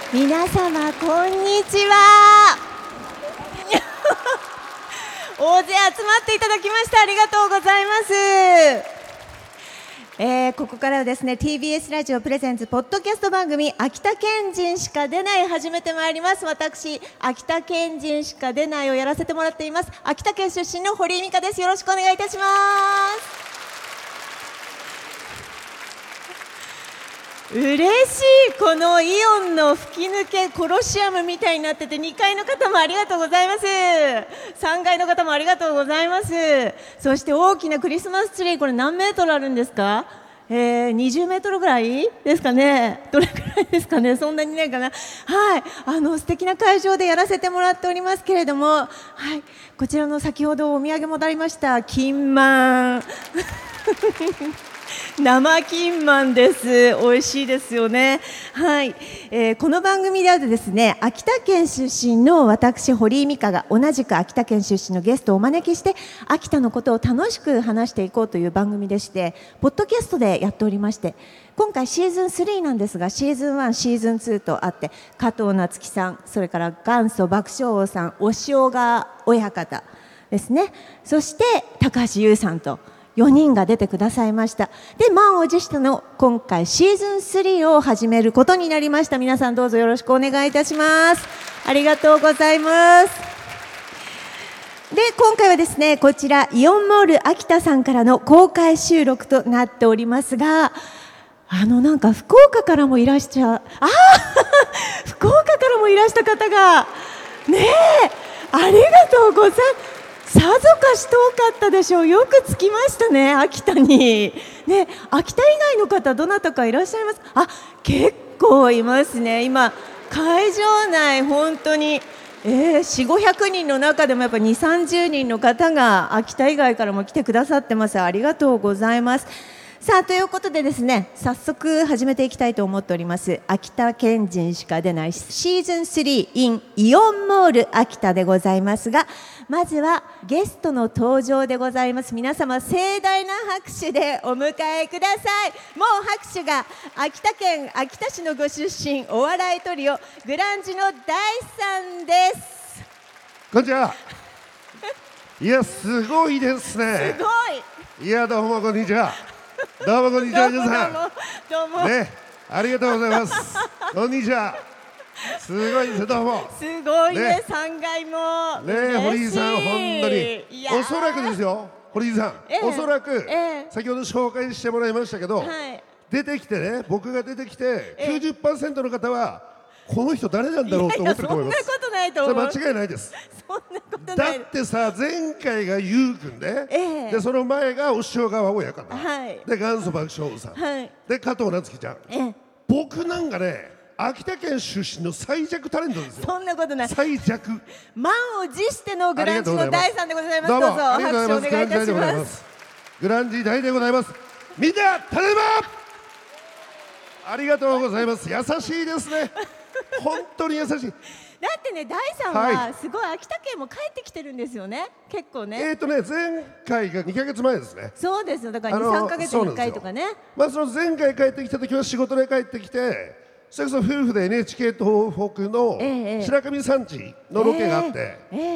皆様こんにちは大勢集まっていただきましてありがとうございます。ここからはですね TBS ラジオプレゼンツポッドキャスト番組秋田県人しか出ない始めてまいります。私秋田県人しか出ないをやらせてもらっています秋田県出身の堀井美香です。よろしくお願いいたします。嬉しい。このイオンの吹き抜けコロシアムみたいになってて2階の方もありがとうございます。3階の方もありがとうございます。そして大きなクリスマスツリー、これ何メートルあるんですか？20メートルぐらいですかね。どれくらいですかね。そんなにないかな。はい、素敵な会場でやらせてもらっておりますけれども、はい、こちらの先ほどお土産もらいました金満生金満です。美味しいですよね。はい、この番組ではですね秋田県出身の私堀井美香が同じく秋田県出身のゲストをお招きして秋田のことを楽しく話していこうという番組でしてポッドキャストでやっておりまして今回シーズン3なんですがシーズン1シーズン2とあって加藤夏樹さんそれから元祖爆笑王さん押尾川親方ですねそして高橋優さんと4人が出てくださいました。で満を持しての今回シーズン3を始めることになりました。皆さんどうぞよろしくお願いいたします。ありがとうございます。で今回はですねこちらイオンモール秋田さんからの公開収録となっておりますがなんか福岡からもいらっしゃ福岡からもいらした方がねありがとうございます。さぞかし遠かったでしょう。よく着きましたね秋田にね。秋田以外の方どなたかいらっしゃいます？結構いますね。今会場内本当に、400-500人の中でもやっぱり2、30人の方が秋田以外からも来てくださってます。ありがとうございます。さあということでですね早速始めていきたいと思っております秋田県人しか出ないシーズン3 in イオンモール秋田でございますがまずはゲストの登場でございます。皆様盛大な拍手でお迎えください。もう拍手が秋田県秋田市のご出身お笑いトリオグランジの大さんです。 こんにちは。いやすごいですね。 すごい。 いやどうもこんにちは。どうもこんにちは皆さん。 どうもねありがとうございます。こんにちは。すごいですどうも。 すごいね3階も。 ね堀井さん本当におそらくですよ堀井さん、おそらく、先ほど紹介してもらいましたけど、出てきてね僕が出てきて 90% の方はこの人誰なんだろうと思ってると思います。 そんなことないと思う。 それ間違いないです。 そんなことない。 だってさ前回がゆうくんで、でその前が押尾川親方、で元祖爆笑王さん、で加藤夏樹ちゃん、僕なんかね秋田県出身の最弱タレントですよ。 そんなことない。 最弱。 満を持してのグランジの大さんでございます。 どうぞも拍手お願いいたします。 グランジ大でございます。みんなただいま。ありがとうございます。優しいですね。本当に優しい。だってね、大さんはすごい秋田県も帰ってきてるんですよね。結構ね。 前回が2ヶ月前ですね。 そうですよ。だから2、3ヶ月に1回とかね。 その前回帰ってきた時は仕事で帰ってきて、それこそ夫婦で NHK 東北の白神山地のロケがあって、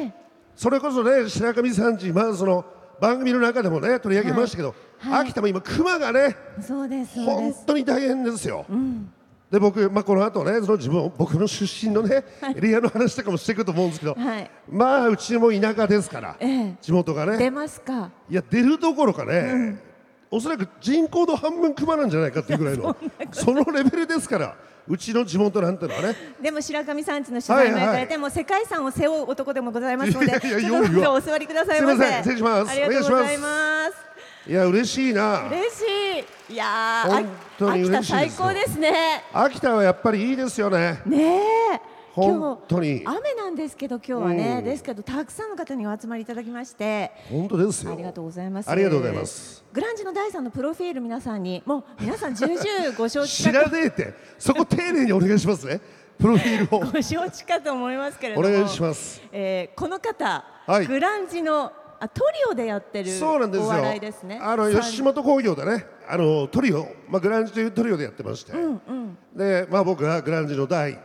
それこそね白神山地その番組の中でもね取り上げましたけど、秋田も今熊がね本当に大変ですよ。で僕、この後ね僕の出身のねエリアの話とかもしていくと思うんですけど、うちも田舎ですから、地元がね出ますか。 いや出るどころかね、おそらく人口の半分熊なんじゃないかっていうぐらいのそのレベルですから。うちの地元なんてのはね。 でも白神山地の取材もやられて、もう世界遺産を背負う男でもございますので、どうぞお座りくださいませ。 すみません、失礼します。 ありがとうございます。 いや嬉しいな。 嬉しい。いや本当に嬉しいですよ。 秋田最高ですね。 秋田はやっぱりいいですよね。 ねえ。 本当に雨なんですけど今日はね、ですけどたくさんの方にお集まりいただきまして本当ですよ。 ありがとうございます。 ありがとうございます。 グランジの大さんのプロフィール皆さんにもう皆さん重々ご承知知らねえってそこ丁寧にお願いしますね。プロフィールをご承知かと思いますけれどもお願いします。 この方、グランジのトリオでやってるお笑いですね。 吉本興業でねトリオ、グランジというトリオでやってまして、で僕がグランジの大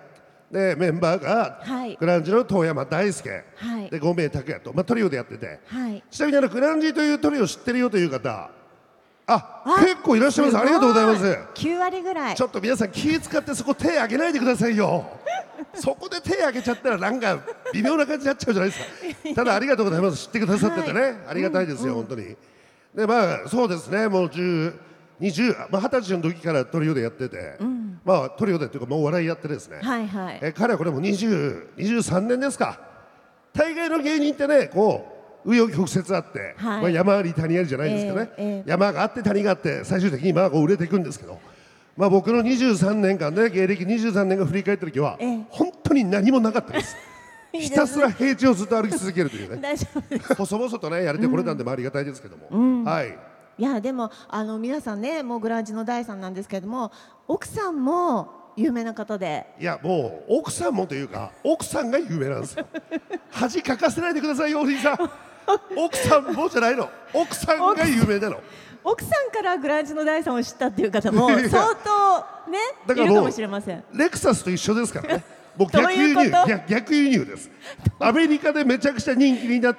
でメンバーが、 はい、 グランジの遠山大輔、 はい、 で5名拓也と、トリオでやってて、 はい、 ちなみにグランジというトリオ知ってるよという方、結構いらっしゃいます。ありがとうございます。 9割ぐらい。 ちょっと皆さん気使ってそこ手挙げないでくださいよそこで手挙げちゃったらなんか微妙な感じになっちゃうじゃないですかただありがとうございます。知ってくださっててね、はい、ありがたいですよ、本当に。でそうですね、もう20歳の時からトリオでやってて、トリオでっていうかもうお笑いやってですね、 はいはい、 彼はこれも23年ですか。大概の芸人ってねこう紆余曲折あって、はい、山あり谷ありじゃないですけどね、山があって谷があって最終的にこう売れていくんですけど、僕の23年間ね、芸歴23年が振り返った時は、本当に何もなかったですひたすら平地をずっと歩き続けるというね細々とねやれてこれたんでありがたいですけども、はい。 いやでも皆さんね、もうグランジの大さんなんですけれども、奥さんも有名な方で。 いやもう奥さんもというか奥さんが有名なんですよ恥かかせないでくださいよお兄さん奥さんもじゃないの、奥さんが有名なの。 奥さんからグランジの大さんを知ったっていう方も相当ねいるかもしれません。 レクサスと一緒ですからね僕逆輸入です。アメリカでめちゃくちゃ人気になって、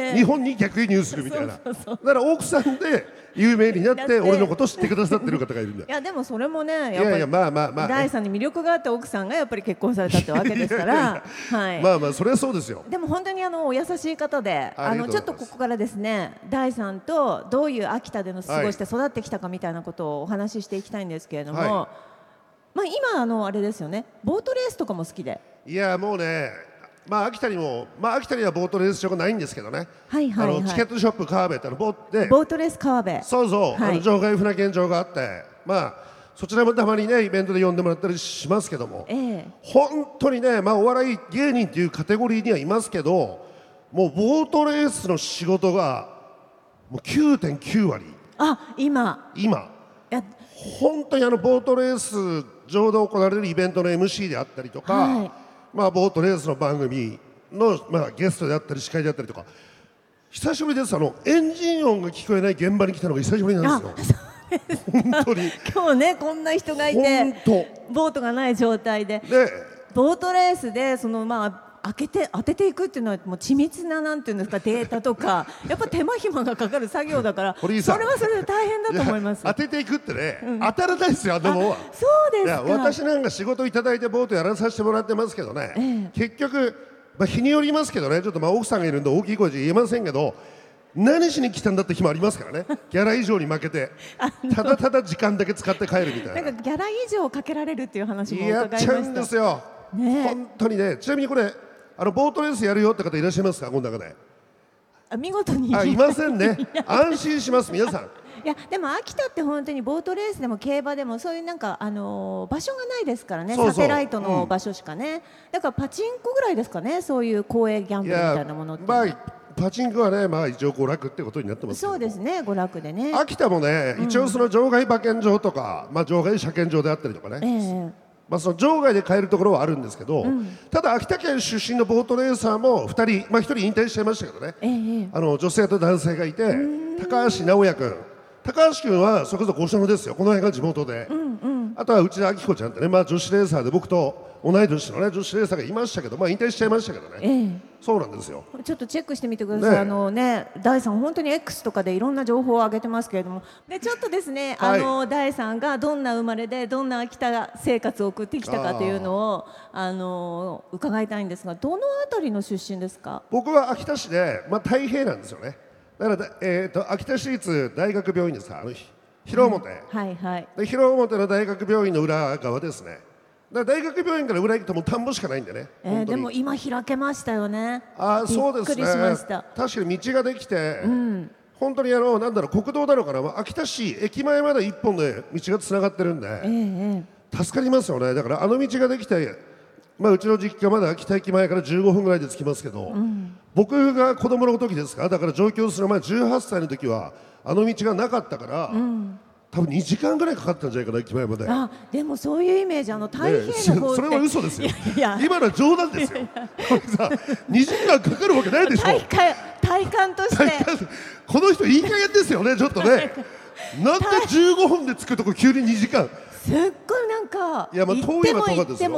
日本に逆輸入するみたいな。だから奥さんで有名になって俺のことを知ってくださってる方がいるんだ。 いやでもそれもねやっぱり大さんに魅力があって奥さんがやっぱり結婚されたってわけですからそれはそうですよ。 でも本当にお優しい方で、ちょっとここからですね大さんとどういう秋田での過ごして育ってきたかみたいなことをお話ししていきたいんですけれども、今あれですよね、ボートレースとかも好きで。 いやもうね、秋田にはボートレース場がないんですけどね、チケットショップ川辺ってボートレース川辺、 そうそう、場外船券場があって、そちらもたまにねイベントで呼んでもらったりしますけども、本当にね、お笑い芸人っていうカテゴリーにはいますけど、もうボートレースの仕事がもう 9.9 割。今本当にボートレース場で行われるイベントの MC であったりとか、ボートレースの番組の、ゲストであったり司会であったりとか、久しぶりです。エンジン音が聞こえない現場に来たのが久しぶりなんですよ。本当に今日ねこんな人がいてボートがない状態で、ボートレースで当てていくっていうのはもう緻密ななんていうんですか、データとかやっぱ手間暇がかかる作業だからそれはそれで大変だと思います。 当てていくってね、当たらないですよ、あんなもんは。 そうですか。 私なんか仕事いただいてボートやらさせてもらってますけどね、結局、日によりますけどね、ちょっと奥さんがいるんで大きい声で言えませんけど、何しに来たんだって日もありますからねギャラ以上に負けてただただ時間だけ使って帰るみたいな。 なんかギャラ以上かけられるっていう話も伺いました。 やっちゃうんですよ、本当にね。ちなみにこれボートレースやるよって方いらっしゃいますか、この中で。 見事にいませんね安心します皆さん。 いやでも秋田って本当にボートレースでも競馬でもそういう場所がないですからね。サテライトの場所しかね、だからパチンコぐらいですかね、そういう公営ギャンブルみたいなものって。 パチンコはね、一応娯楽ってことになってますけど。 そうですね、娯楽でね。 秋田もね、一応その場外馬券場とか、場外車検場であったりとかね、その場外で買えるところはあるんですけど、ただ秋田県出身のボートレーサーも2人、1人引退しちゃいましたけどね、女性と男性がいて、高橋直也君、高橋君はそれこそ五所野ですよ、この辺が地元で、あとは内田明子ちゃんってね、女子レーサーで僕と同い年のね女子レーサーがいましたけど、引退しちゃいましたけどね、そうなんですよ。 ちょっとチェックしてみてください。大さん本当に X とかでいろんな情報を上げてますけれども、でちょっとですね、大さんがどんな生まれでどんな秋田生活を送ってきたかというのを伺いたいんですが、どのあたりの出身ですか？ 僕は秋田市で、太平なんですよね。だから秋田市立大学病院ですか、広面、で広面の大学病院の裏側ですね。だから大学病院から裏行くともう田んぼしかないんでね。 でも今開けましたよね。 そうですね。確かに道ができて、本当に国道なのかな、秋田市駅前まで一本で道がつながってるんで、助かりますよね。だから道ができて、うちの実家まで秋田駅前から15分ぐらいで着きますけど、僕が子供の時ですか、だから上京する前18歳の時は道がなかったから、多分2時間ぐらいかかったんじゃないかな、駅前まで。 でもそういうイメージ、太平の方それは嘘ですよ。今のは冗談ですよ。2時間かかるわけないでしょ。 体感としてこの人いい加減ですよね、ちょっとね。なんで15分で着くとこ急に2時間。 すっごいなんか遠いは遠かったですよ。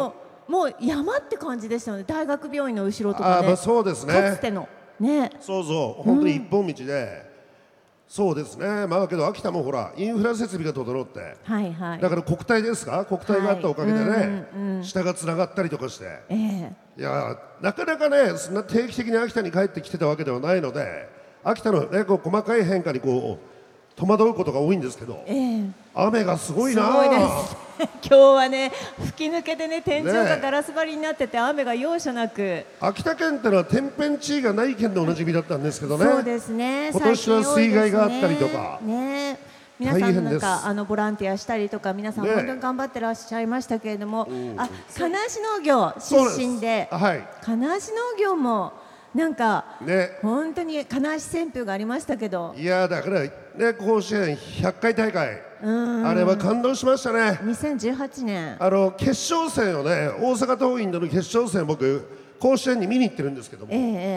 もう山って感じでしたよね。大学病院の後ろとかね。 そうですね。 かつてのね。 そうそう本当に一本道で、そうですね。けど秋田もほらインフラ設備が整って、 はいはい、 だから国体ですか、国体があったおかげでね、下がつながったりとかして、いやなかなかねそんな定期的に秋田に帰ってきてたわけではないので、秋田のねこう細かい変化にこう戸惑うことが多いんですけど、雨がすごいな。 すごいです今日はね吹き抜けでね天井がガラス張りになってて、雨が容赦なく。 秋田県ってのは天変地異がない県でおなじみだったんですけどね。 そうですね。 今年は水害があったりとかね。皆さんなんかボランティアしたりとか皆さん本当に頑張ってらっしゃいましたけれども、金足農業出身で、金足農業もなんか、本当に金足旋風がありましたけど、 いやだからね甲子園100回大会、あれは感動しましたね。 2018年決勝戦をね、大阪桐蔭での決勝戦僕甲子園に見に行ってるんですけども、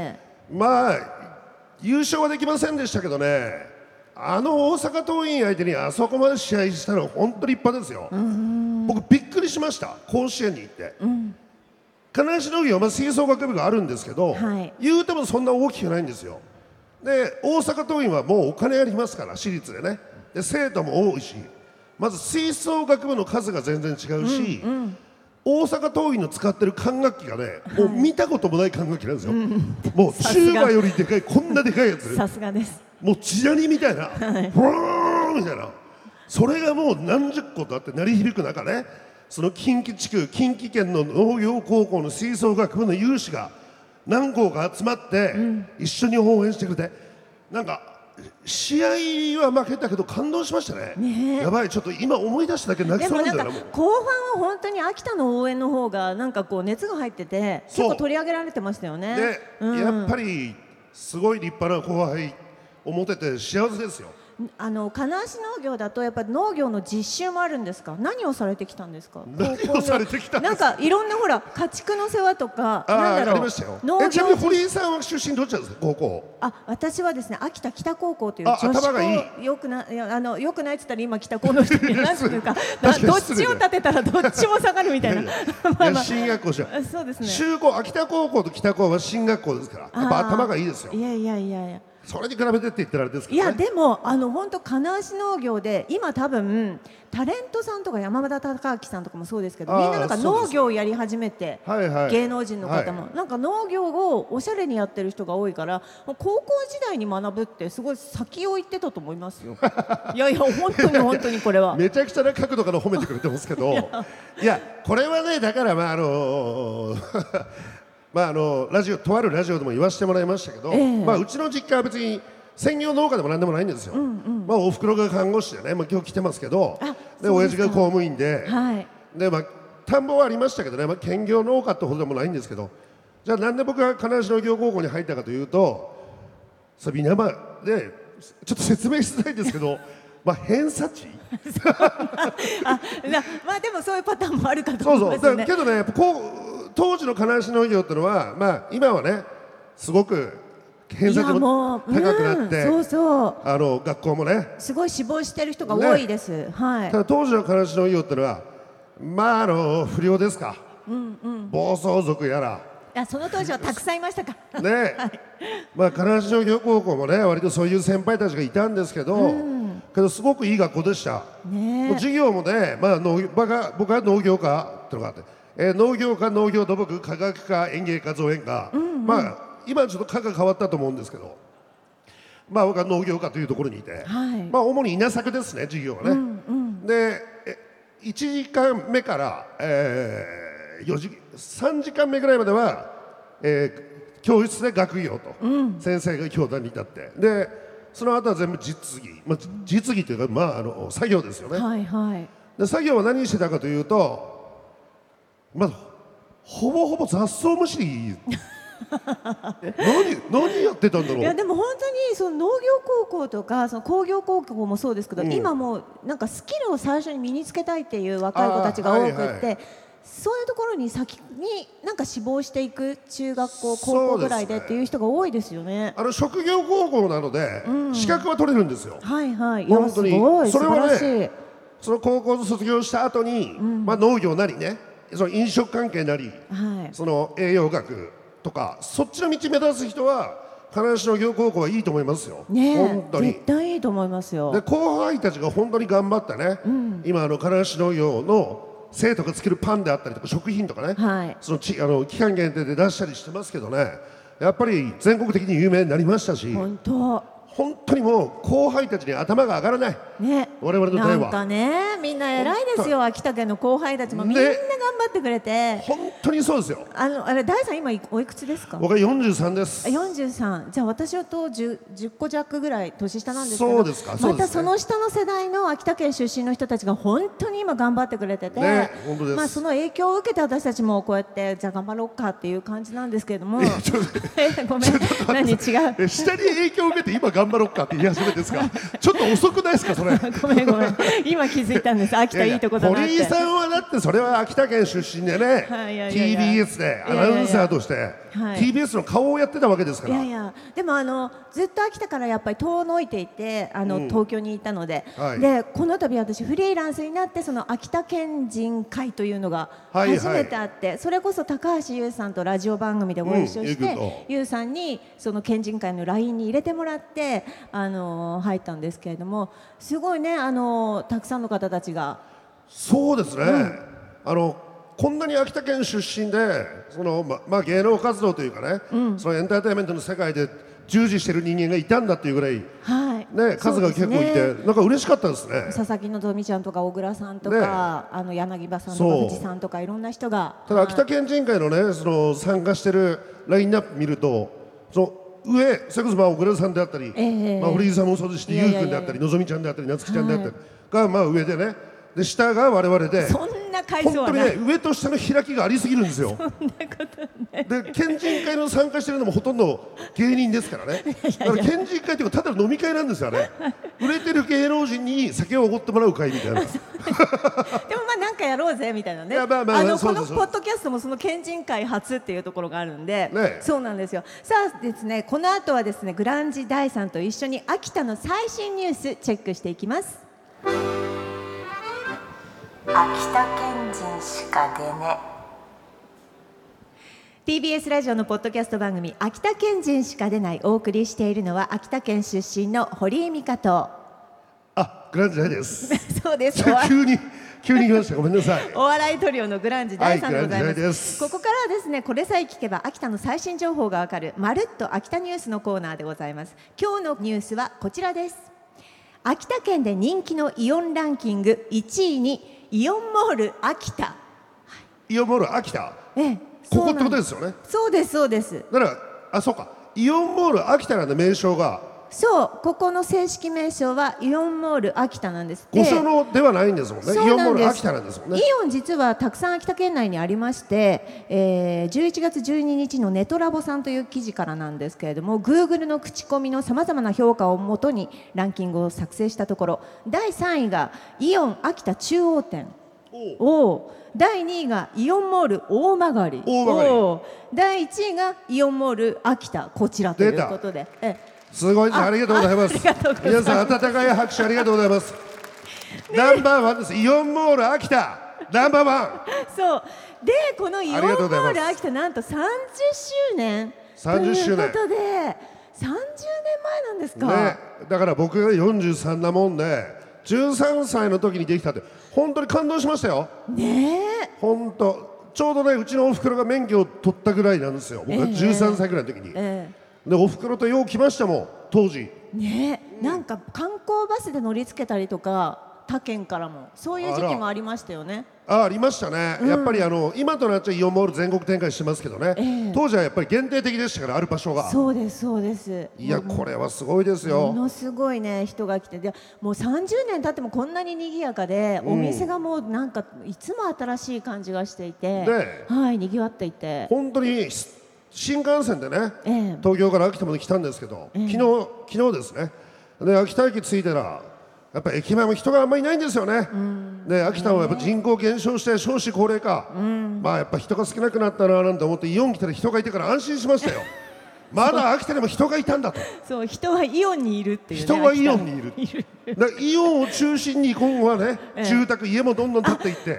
優勝はできませんでしたけどね、大阪桐蔭相手にあそこまで試合したのは本当に立派ですよ。僕びっくりしました、甲子園に行って。金足農業は吹奏楽部があるんですけど、言うてもそんな大きくないんですよ。で大阪桐蔭はもうお金ありますから、私立でね。で生徒も多いし、まず吹奏楽部の数が全然違うし、大阪桐蔭の使ってる管楽器がね、もう見たこともない管楽器なんですよ。もうチューバよりでかい、こんなでかいやつ。 さすがです。 もう地鳴りみたいな、フォーみたいな、それがもう何十個とあって鳴り響く中ね、その近畿地区、近畿圏の農業高校の吹奏楽部の有志が何校か集まって、一緒に応援してくれて、なんか試合は負けたけど感動しましたね。やばい、ちょっと今思い出しただけ泣きそうなんだよな。もう後半は本当に秋田の応援の方がなんかこう熱が入ってて結構取り上げられてましたよね。 やっぱりすごい立派な後輩を持てて幸せですよ。 金足農業だとやっぱ農業の実習もあるんですか？何をされてきたんですか？ 何をされてきたんですか？ なんかいろんなほら家畜の世話とか、 ありましたよ。ちなみに堀井さんは出身どっちなんですか？高校。 私はですね秋田北高校という女子校。よくないよくないって言ったら今北高の人に何ていうかどっちを立てたらどっちも下がるみたいな。 進学校じゃ。 そうですね。 中高秋田高校と北高は進学校ですから。やっぱ頭がいいですよ。 いや。 それに比べてって言ったらあれですけどね。 いやでも本当金足農業で今多分タレントさんとか山田孝明さんとかもそうですけど、みんななんか農業をやり始めて、芸能人の方もなんか農業をおしゃれにやってる人が多いから、高校時代に学ぶってすごい先を行ってたと思いますよ。いや本当にこれはめちゃくちゃな角度から褒めてくれてますけどいやこれはね、だからラジオとあるラジオでも言わせてもらいましたけど、うちの実家は別に専業農家でもなんでもないんですよ。お袋が看護師でね、今日来てますけど、で親父が公務員で、田んぼはありましたけどね、兼業農家ってほどでもないんですけど、じゃあなんで僕が金足農業高校に入ったかというと、皆山でちょっと説明しづらいですけど偏差値でもそういうパターンもあるかと思いますよね。 けどね、やっぱ当時の金足農業っていうのは、今はねすごく偏差値も高くなって、学校もねすごい志望してる人が多いです。ただ当時の金足農業っていうのは不良ですか、暴走族やら、 その当時はたくさんいましたかね。金足農業高校もね割とそういう先輩たちがいたんですけど、すごくいい学校でした。授業もね、僕は農業科っていうのがあって。農業科、農業土木、科学科、園芸科、造園科、今ちょっと科が変わったと思うんですけど、僕は農業科というところにいて、主に稲作ですね、授業はね。で1時間目から、3時間目ぐらいまでは、教室で学業と、先生が教壇に立って、でその後は全部実技、実技というか、作業ですよね。で作業は何してたかというと、ほぼほぼ雑草むしり何やってたんだろう。 いやでも本当にその農業高校とかその工業高校もそうですけど、今もうなんかスキルを最初に身につけたいっていう若い子たちが多くって、そういうところに先になんか志望していく中学校高校ぐらいでっていう人が多いですよね。 職業高校なので、資格は取れるんですよ。 本当にそれはね、 その高校を卒業した後に、農業なりねその飲食関係なり、その栄養学とかそっちの道目指す人は金足農業高校はいいと思いますよ。本当に絶対いいと思いますよ。 で後輩たちが本当に頑張ってね、今金足農業の生徒が作るパンであったりとか食品とかね、その期間限定で出したりしてますけどね、やっぱり全国的に有名になりましたし、本当にもう後輩たちに頭が上がらない、我々の代はなんかね、みんな偉いですよ。秋田県の後輩たちもみんな頑張ってくれて、 本当にそうですよ。 あれ大さん今おいくつですか？ 僕は43です。 43。じゃあ私と10個弱ぐらい年下なんですけど、 そうですか。 またその下の世代の秋田県出身の人たちが本当に今頑張ってくれてて、 本当です。 まあその影響を受けて私たちもこうやってじゃあ頑張ろうかっていう感じなんですけれども、ごめん、何違う。 下に影響を受けて今頑張ろうかって言い始めですか？ちょっと遅くないですかそれ？ ごめん今気づいたんです。秋田いいとこだなって。 堀井さんはだってそれは秋田県出身でね、TBS でアナウンサーとしてTBS の顔をやってたわけですから。 でもずっと秋田からやっぱり遠のいていて東京にいたので、でこの度私フリーランスになってその秋田県人会というのが初めてあって、それこそ高橋優さんとラジオ番組でご一緒して、優さんにその県人会の LINE に入れてもらって入ったんですけれども、すごいねたくさんの方たちが。 そうですね、こんなに秋田県出身でその、芸能活動というかね、そのエンターテインメントの世界で従事している人間がいたんだっていうぐらい、数が結構いて、なんか嬉しかったですね。 佐々木希ちゃんとか小倉さんとか、柳葉さんとか藤さんとかいろんな人が。 ただ秋田県人会のねその参加してるラインナップ見ると、その上それこそ小倉さんであったり、堀井さんもそうですし、ゆうくんであったり、のぞみちゃんであったり、なつきちゃんであったりが上でね、で下が我々で。本当にね、上と下の開きがありすぎるんですよ。で県人会の参加してるのもほとんど芸人ですからね。だから県人会というかただの飲み会なんですよね。売れてる芸能人に酒をおごってもらう会みたいな。でもなんかやろうぜみたいなね。このポッドキャストもその県人会初っていうところがあるんで、そうなんですよ。さあですね、この後はですねグランジ大さんと一緒に秋田の最新ニュースチェックしていきます。 秋田県人しか出ね。 TBS ラジオのポッドキャスト番組秋田県人しか出ない、お送りしているのは秋田県出身の堀井美香とグランジ大です。 そうです。 急に来ました。ごめんなさい。 お笑いトリオのグランジ大さんでございます。ここからはですね、これさえ聞けば秋田の最新情報がわかるまるっと秋田ニュースのコーナーでございます。今日のニュースはこちらです。秋田県で人気のイオンランキング1位にイオンモール秋田。 イオンモール秋田、ここってことですよね。 そうですそうです。 だからそうか、イオンモール秋田なんで名称が。 そう、ここの正式名称はイオンモール秋田なんです。 御所のではないんですもんね。イオンモール秋田なんですもんね。 イオン実はたくさん秋田県内にありまして、11月12日のネトラボさんという記事からなんですけれども、 Google の口コミのさまざまな評価をもとにランキングを作成したところ、第3位がイオン秋田中央店、第2位がイオンモール大曲、第1位がイオンモール秋田、こちらということで。 すごいです。ありがとうございます。皆さん温かい拍手ありがとうございます。ナンバーワンです。イオンモール秋田ナンバーワン。 そうで、このイオンモール秋田なんと30周年ということで、30年前なんですか、 だから僕が43なもんで13歳の時にできたって本当に感動しましたよ。本当ちょうどね、うちのおふくろが免許を取ったぐらいなんですよ。僕が13歳ぐらいの時に、でおふくろとよう来ましたもん当時。 なんか観光バスで乗りつけたりとか、他県からもそういう時期もありましたよね。 ありましたね、やっぱり今となっちゃイオンモール全国展開してますけどね、当時はやっぱり限定的でしたから、ある場所が。そうですそうです。いや、これはすごいですよ。 ものすごいね、人が来て、でもう30年経ってもこんなに賑やかで、お店がもうなんかいつも新しい感じがしていて、賑わっていて、 本当に新幹線でね、東京から秋田まで来たんですけど、昨日ですね。で秋田駅着いたらやっぱり駅前も人があんまりいないんですよね。で秋田はやっぱ人口減少して少子高齢化、やっぱ人が少なくなったななんて思って、イオン来たら人がいてから安心しましたよ。まだ秋田でも人がいたんだと。そう、人はイオンにいるっていうね。人はイオンにいる。イオンを中心に今後はね、住宅家もどんどん建っていって、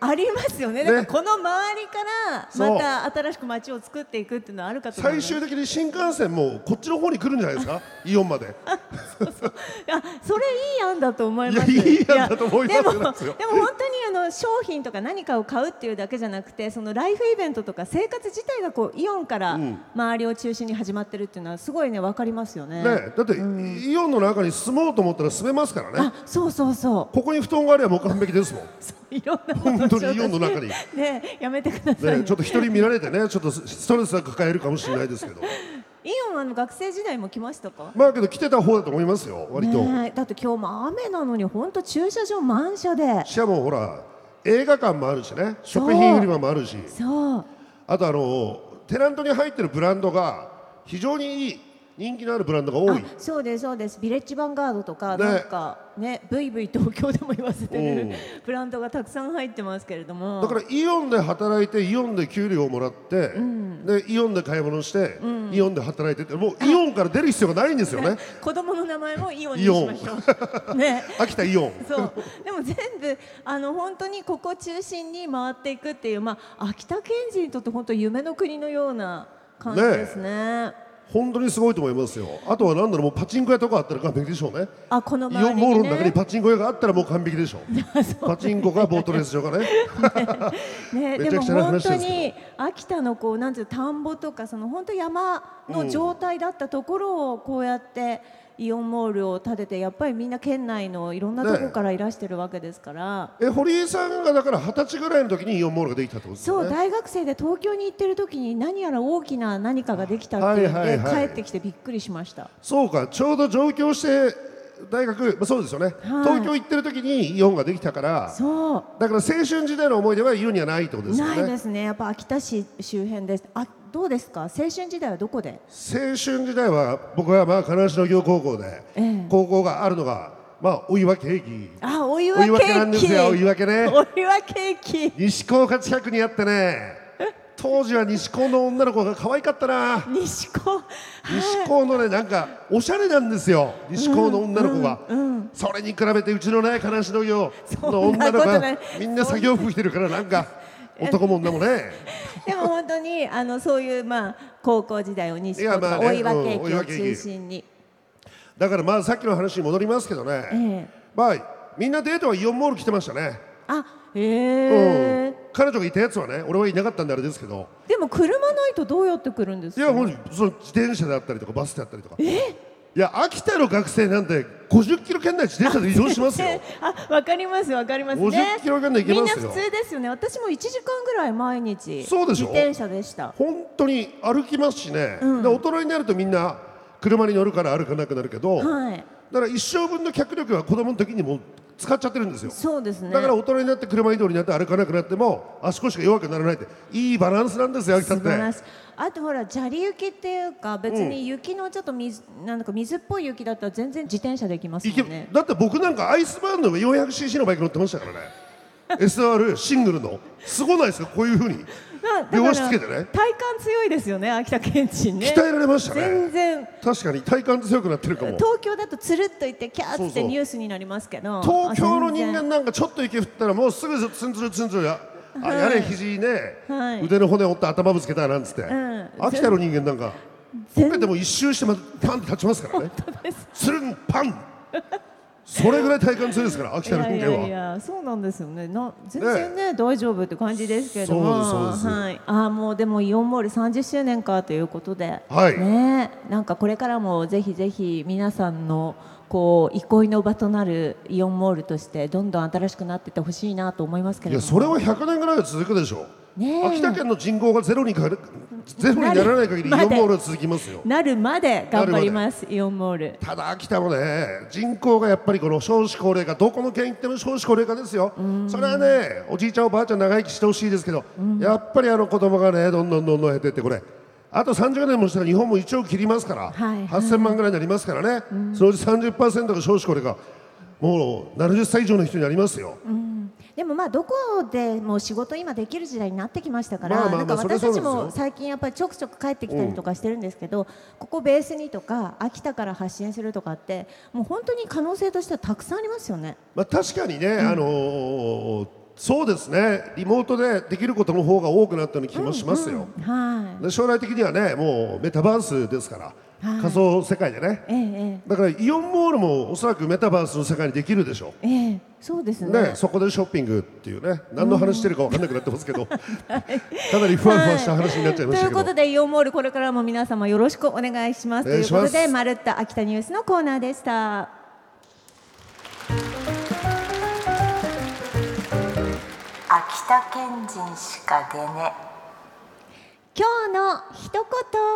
ありますよね。だからこの周りからまた新しく街を作っていくっていうのはあるかと思います。 最終的に新幹線もこっちの方に来るんじゃないですかイオンまで。 そうそう、それいい案だと思います。 いい案だと思いますよ。 でも本当に商品とか何かを買うっていうだけじゃなくて、そのライフイベントとか生活自体がこうイオンから周りを中心に始まってるっていうのはすごいね、分かりますよね。 だって、イオンの中に住もうと思ったら住めますからね。 そうそうそう。 ここに布団があればもう完璧ですもん。 いろんなもの本当にイオンの中にね、やめてください、 ね、ちょっと人に見られてね、ちょっとストレスは抱えるかもしれないですけど。 イオン学生時代も来ましたか？ まあけど来てた方だと思いますよ、割と。 だって今日も雨なのに本当駐車場満車で。 しかもほら映画館もあるしね、食品売り場もあるし、あとテナントに入ってるブランドが非常にいい人気のあるブランドが多い。 そうですそうです。ビレッジヴァンガードとか、なんかね、ブイブイ東京でも言わせてるブランドがたくさん入ってますけれども、 だからイオンで働いてイオンで給料をもらって、でイオンで買い物して、イオンで働いてって、もうイオンから出る必要がないんですよね。 子供の名前もイオンにしましょう。ね、 秋田イオン。 そう。でも全部本当にここ中心に回っていくっていう、秋田県人にとって本当夢の国のような感じですね。 本当にすごいと思いますよ。あとはなんだろう、もうパチンコ屋とかあったら完璧でしょうね。 この周りにね、 イオンモールの中にパチンコ屋があったらもう完璧でしょう。パチンコかボートレース場かね。 でも本当に秋田のこうなんていう田んぼとか、その本当山の状態だったところをこうやってイオンモールを建てて、やっぱりみんな県内のいろんなところからいらしてるわけですから。 堀井さんがだから20歳ぐらいの時にイオンモールができたってことですよね。 そう、大学生で東京に行ってる時に何やら大きな何かができたっていうんで、帰ってきてびっくりしました。 そうか、ちょうど上京して大学、そうですよね、東京行ってる時にイオンができたから。 そうだから青春時代の思い出はイオンにはないってことですよね。 ないですね。やっぱ秋田市周辺です。どうですか、青春時代はどこで？ 青春時代は僕は金足農業高校で、高校があるのがお岩ケーキ。 お岩ケーキなんですよ。お岩ケね。 お岩ケーキ。 西高が近くにあってね、当時は西高の女の子が可愛かったな。 西高のね、なんかおしゃれなんですよ、西高の女の子が。それに比べてうちのね、金足農業の女の子がみんな作業服着てるから、なんか男も女もね。 でも本当にそういう高校時代を西高とかお岩ケーキを中心に。 だからさっきの話に戻りますけどね、みんなデートはイオンモール来てましたね。彼女がいたやつはね、俺はいなかったんであれですけど。 でも車ないとどうやって来るんですか？ いや、もうその自転車であったりとかバスであったりとか。いや、秋田の学生なんて50キロ圏内自転車で移動しますよ。 わかりますわかりますね。 50キロ圏内行けますよ。 みんな普通ですよね。私も1時間ぐらい毎日そうでしょ、 自転車でした。 本当に歩きますしね、で大人になるとみんな車に乗るから歩かなくなるけど、だから一生分の脚力は子供の時にも使っちゃってるんですよ。 そうですね。 だから大人になって車移動になって歩かなくなっても足腰が弱くならないって、いいバランスなんですよ、秋田って。 あとほら、砂利雪っていうか、別に雪のちょっとなんか水っぽい雪だったら全然自転車で行きますもんね。 だって僕なんかアイスバーンの 400cc のバイク乗ってましたからね。SR シングルの。すごないですか、こういうふうに両足つけてね。 体幹強いですよね、秋田県人ね。 鍛えられましたね。 全然確かに体幹強くなってるかも。 東京だとつるっといってキャーってニュースになりますけど、 東京の人間なんかちょっと雪降ったらもうすぐツンツルツンツルやれ肘ね、腕の骨折って頭ぶつけたなんつって。秋田の人間なんかこけても一周してパンって立ちますからね。つるんパン。それぐらい体幹強いですから、秋田の人間は。 いやそうなんですよね。全然ね、大丈夫って感じですけれども、もうでもイオンモール30周年かということで、ね、なんかこれからもぜひぜひ皆さんのこう憩いの場となるイオンモールとしてどんどん新しくなっていってほしいなと思いますけれども。 いや、それは100年ぐらいは続くでしょう。秋田県の人口がゼロにならない限りイオンモールは続きますよ。 なるまで頑張ります、イオンモール。 ただ秋田もね、人口がやっぱりこの少子高齢化、どこの県行っても少子高齢化ですよ。それはね、おじいちゃんおばあちゃん長生きしてほしいですけど、やっぱり子供がね、どんどん減っていって、これあと30年もしたら日本も1億切りますから、8000万ぐらいになりますからね、そのうち 30% が少子高齢化、もう70歳以上の人になりますよ。 でもどこでも仕事今できる時代になってきましたから、なんか私たちも最近やっぱりちょくちょく帰ってきたりとかしてるんですけど、ここベースにとか秋田から発信するとかってもう本当に可能性としてはたくさんありますよね。 確かにね、 そうですね、リモートでできることの方が多くなったような気もしますよ。で将来的にはね、もうメタバースですから、仮想世界でね、だからイオンモールもおそらくメタバースの世界にできるでしょう。 そうですね。 そこでショッピングっていうね、何の話してるか分かんなくなってますけど、かなりふわふわした話になっちゃいましたけど。 ということでイオンモールこれからも皆様よろしくお願いします。ということでまるっと秋田ニュースのコーナーでした。 秋田県人しか出ね。 今日の一言。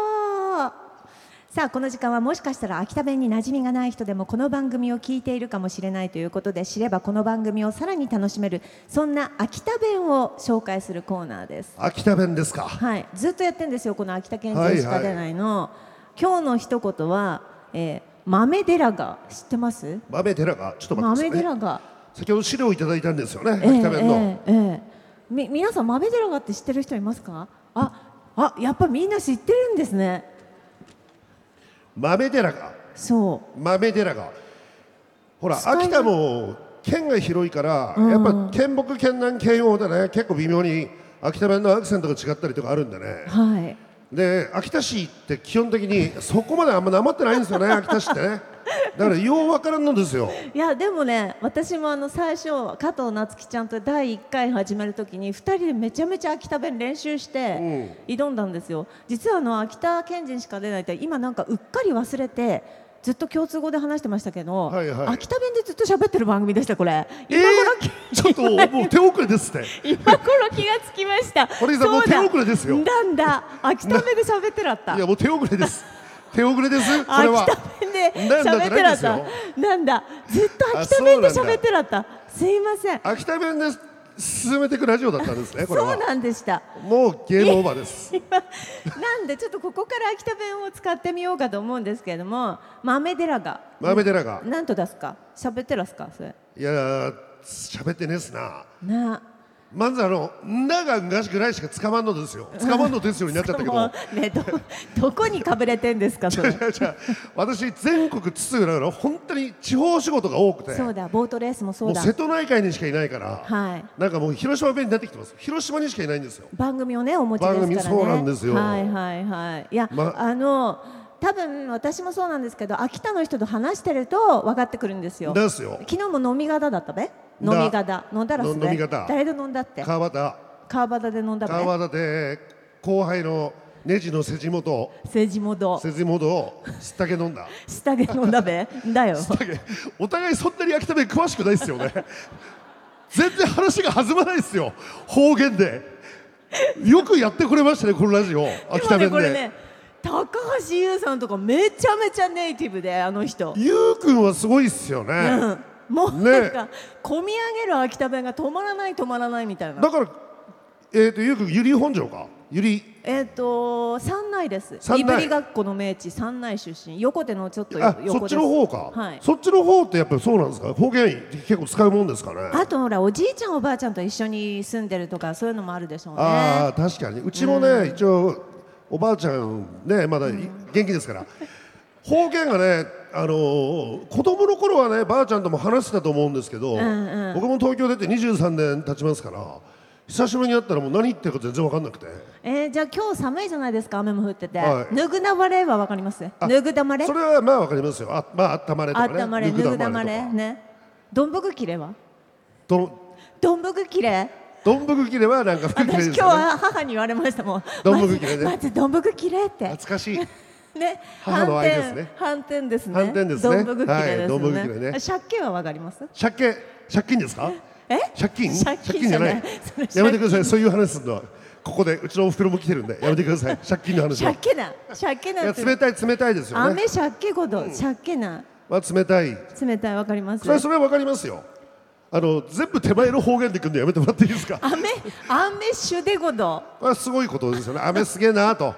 さあこの時間はもしかしたら秋田弁に馴染みがない人でもこの番組を聞いているかもしれないということで、知ればこの番組をさらに楽しめる、そんな秋田弁を紹介するコーナーです。 秋田弁ですか。 はい、ずっとやってるんですよ、この秋田県人しか出ないの。今日の一言は、豆寺が知ってます？ 豆寺が、ちょっと待ってくださいね。 豆寺が先ほど資料をいただいたんですよね、秋田弁の。 皆さん豆寺がって知ってる人いますか？やっぱみんな知ってるんですね。 豆寺が、 そう豆寺が、ほら秋田も県が広いから、やっぱ県北県南県央でね、結構微妙に秋田弁のアクセントが違ったりとかあるんでね、で秋田市って基本的にそこまであんまなまってないんですよね秋田市ってね。だからようわからんのですよ。 いやでもね、私も最初加藤夏希ちゃんと第1回始めるときに2人でめちゃめちゃ秋田弁練習して挑んだんですよ。実は秋田県人しか出ないって今なんかうっかり忘れてずっと共通語で話してましたけど、秋田弁でずっと喋ってる番組でしたこれ。今頃ちょっともう手遅れですって今頃気がつきました。 堀井さんもう手遅れですよ。 なんだ秋田弁で喋ってらった。 いやもう手遅れです手遅れです。それは秋田弁で喋ってらった。なんだずっと秋田弁で喋ってらった。すいません。 秋田弁で進めていくラジオだったんですね。これはそうなんでした。 もうゲームオーバーです。 なんでちょっとここから秋田弁を使ってみようかと思うんですけれども、豆寺がなんと出すか喋ってらすかそれ。 いや喋ってねえっすな。まずんだがんがしぐらいしかつかまんのですよ。つかまんのですよになっちゃったけど、 ね、どこにかぶれてんですかそれ。 私全国津々浦々本当に地方仕事が多くて、 そうだボートレースもそうだ、 もう瀬戸内海にしかいないから、なんかもう広島弁になってきてます。広島にしかいないんですよ。 番組をねお持ちですからね。 そうなんですよ。 いや、多分私もそうなんですけど、秋田の人と話してると分かってくるんですよ。 ですよ。 昨日も飲み方だったべ。飲み方飲んだらすべ。誰で飲んだって。 川端で飲んだべ。 川端で後輩のネジの世辞元をすったけ飲んだ。 すったけ飲んだべだよ。 お互いそんなに秋田弁詳しくないですよね。全然話が弾まないですよ方言で。よくやってくれましたねこのラジオ秋田弁で。 高橋優さんとかめちゃめちゃネイティブで、あの人優くんはすごいっすよね。 もうなんか込み上げる秋田弁が止まらないみたいな。 だから優くん由利本荘か。 山内です。いぶりがっこの名地山内出身。横手のちょっと横です。 そっちの方か。そっちの方ってやっぱりそうなんですか。方言結構使うもんですかね。 あとほらおじいちゃんおばあちゃんと一緒に住んでるとかそういうのもあるでしょうね。 確かにうちもね、一応おばあちゃんねまだ元気ですから、方言がね子供の頃はねばあちゃんとも話してたと思うんですけど、僕も東京出て23年経ちますから、久しぶりに会ったらもう何言ってるか全然分かんなくて。 じゃあ今日寒いじゃないですか、雨も降ってて。ぬぐだまれは分かります？ぬぐだまれ。 それはまあ分かりますよ。あったまれとかね。 あったまれ、ぬぐだまれね。どんぶくきれは？どんぶくきれ。 どんぶくきれはなんか服きれですよね。 私今日は母に言われましたもん。 どんぶくきれね。 まずどんぶくきれって。 懐かしい。 ね、 母の愛ですね。 反転ですね。 反転ですね。 どんぶくきれですね。 どんぶくきれね。 借金はわかります？ 借金ですか？借金じゃない。やめてください。そういう話するのはここでうちのおふくろも来てるんでやめてください。借金の話は。 借金な。 冷たいですよね。 雨借金ほど借金な。 まあ冷たいわかります。 それはわかりますよ。全部手前の方言でくんのやめてもらっていいですか。 雨シュデゴド。 すごいことですよね。雨すげえなと。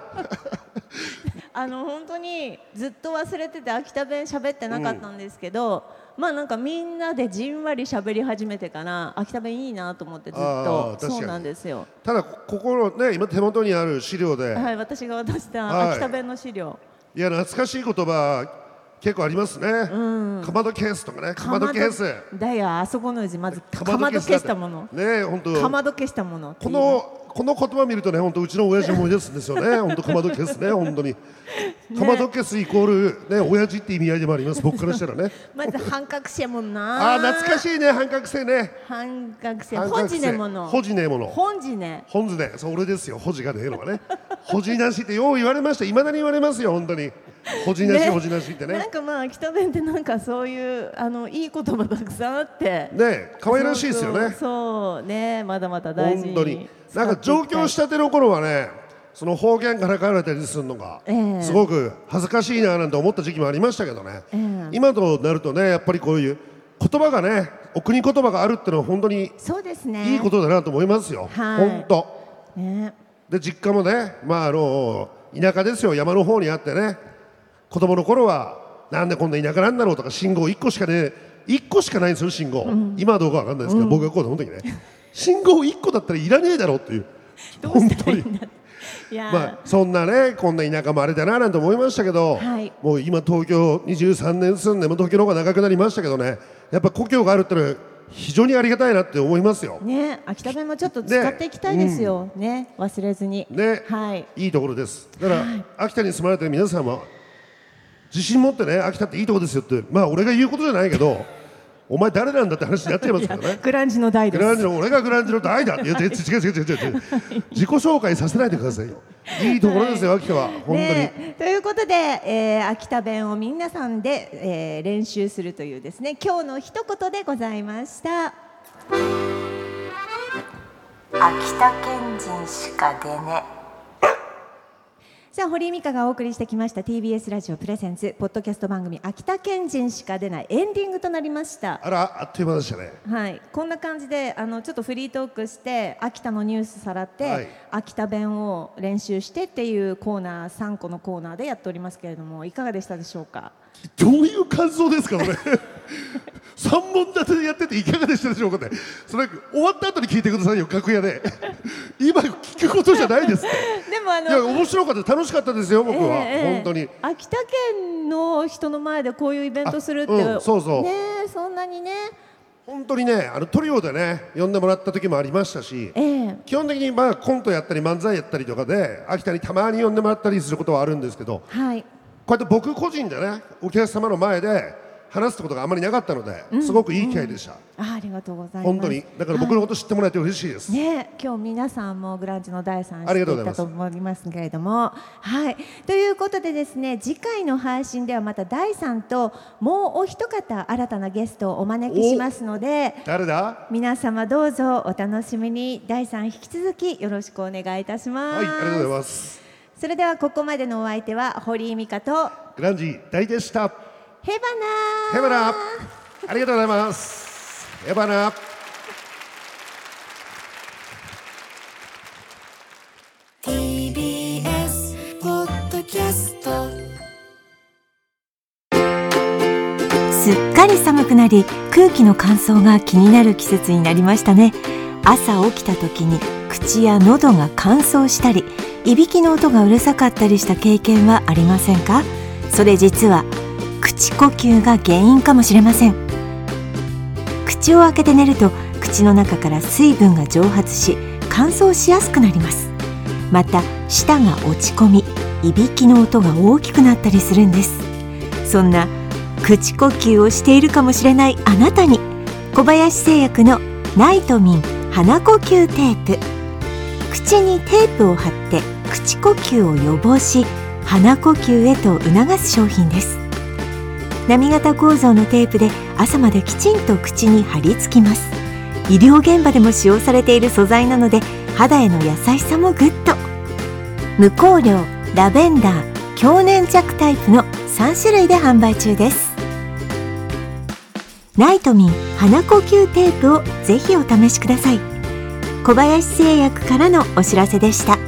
本当にずっと忘れてて秋田弁喋ってなかったんですけど、まあなんかみんなでじんわり喋り始めてから秋田弁いいなと思ってずっと。そうなんですよ。 ただここのね今手元にある資料で、 私が渡した秋田弁の資料。 いや懐かしい言葉結構ありますね、かまどケースとかね、かまどケースだよ、あそこのうちまずかまど消したものね、本当かまど消したもの、 この言葉見るとね、本当うちの親父思い出すんですよね本当かまどケースね、本当にかまどケースイコールね、親父って意味合いでもあります、僕からしたらねまず半角製もんな懐かしいね、半角製ね、 半角製、ほじねもの、 ほじねもの、 ほんじね、 ほんずね、そう俺ですよ、ほじがねえのがねほじなしってよう言われました、いまだに言われますよ、本当にほじなし、ほじなしってね、 なんかまあ北弁ってなんかそういういい言葉たくさんあってね、可愛らしいですよね。 そうね、まだまだ大事に本当になんか上京したての頃はね、その方言からかれたりするのがすごく恥ずかしいななんて思った時期もありましたけどね、今となるとね、やっぱりこういう言葉がね、お国言葉があるっていうのは本当にそうですね、 いいことだなと思いますよ、本当、で実家もね、まあ田舎ですよ、山の方にあってね、子供の頃はなんでこんな田舎なんだろうとか、信号1個しかね、1個しかないんですよ、信号、今はどうかわかんないですけど、僕がこうで本当にね信号1個だったらいらねえだろうっていう、本当にまあそんなね、こんな田舎もあれだななんて思いましたけど、もう今東京23年住んでも東京の方が長くなりましたけどね、やっぱ故郷があるってのは非常にありがたいなって思いますよね。秋田弁もちょっと使っていきたいですよね、忘れずにね、いいところです。だから秋田に住まれてる皆さんも自信持ってね、秋田っていいとこですよって、まあ俺が言うことじゃないけど、お前誰なんだって話になっちゃいますからね。 グランジの代です。 俺がグランジの代だって。いや違う自己紹介させないでくださいよ。いいところですよ、秋田は本当に。 ということで、秋田弁を皆さんで、練習するというですね、今日の一言でございました。 秋田県人しか出ね。 さあ、堀井美香がお送りしてきました TBS ラジオプレゼンツポッドキャスト番組秋田県人しか出ないエンディングとなりました。 あら、あっという間でしたね。 はい、こんな感じでちょっとフリートークして秋田のニュースさらって、秋田弁を練習してっていうコーナー、3個のコーナーでやっておりますけれども、いかがでしたでしょうか。 どういう感想ですかこれ3本立てでやってていかがでしたでしょうかね。それ終わった後に聞いてくださいよ、楽屋で今聞くことじゃないですってでもいや面白かった、楽しかったですよ僕は、本当に秋田県の人の前でこういうイベントするって、 そうそうね、そんなにね、 本当にね、トリオでね呼んでもらった時もありましたし、基本的にまあコントやったり漫才やったりとかで秋田にたまに呼んでもらったりすることはあるんですけど、こうやって僕個人でねお客様の前で話すことがあまりなかったので、すごくいい機会でした。 ありがとうございます。 本当にだから僕のこと知ってもらえて嬉しいです。 ね、今日皆さんもグランジの第3知っていたと思いますけれども、はい、ということでですね、次回の配信ではまた第3ともうお一方新たなゲストをお招きしますので、 誰だ？ 皆様どうぞお楽しみに。第3引き続きよろしくお願いいたします。 はい、ありがとうございます。 それではここまでのお相手は堀井美香とグランジ大でした。 ヘバナー。 ヘバナー。ありがとうございます。ヘバナー。 TBS ポッドキャスト。 すっかり寒くなり、空気の乾燥が気になる季節になりましたね。朝起きた時に口や喉が乾燥したり、いびきの音がうるさかったりした経験はありませんか？それ実は口呼吸が原因かもしれません。口を開けて寝ると口の中から水分が蒸発し乾燥しやすくなります。また舌が落ち込み、いびきの音が大きくなったりするんです。そんな口呼吸をしているかもしれないあなたに、小林製薬のナイトミン鼻呼吸テープ。口にテープを貼って口呼吸を予防し、鼻呼吸へと促す商品です。波形構造のテープで朝まできちんと口に貼り付きます。医療現場でも使用されている素材なので、肌への優しさもグッド。無香料、ラベンダー、強粘着タイプの3種類で販売中です。ナイトミン鼻呼吸テープをぜひお試しください。小林製薬からのお知らせでした。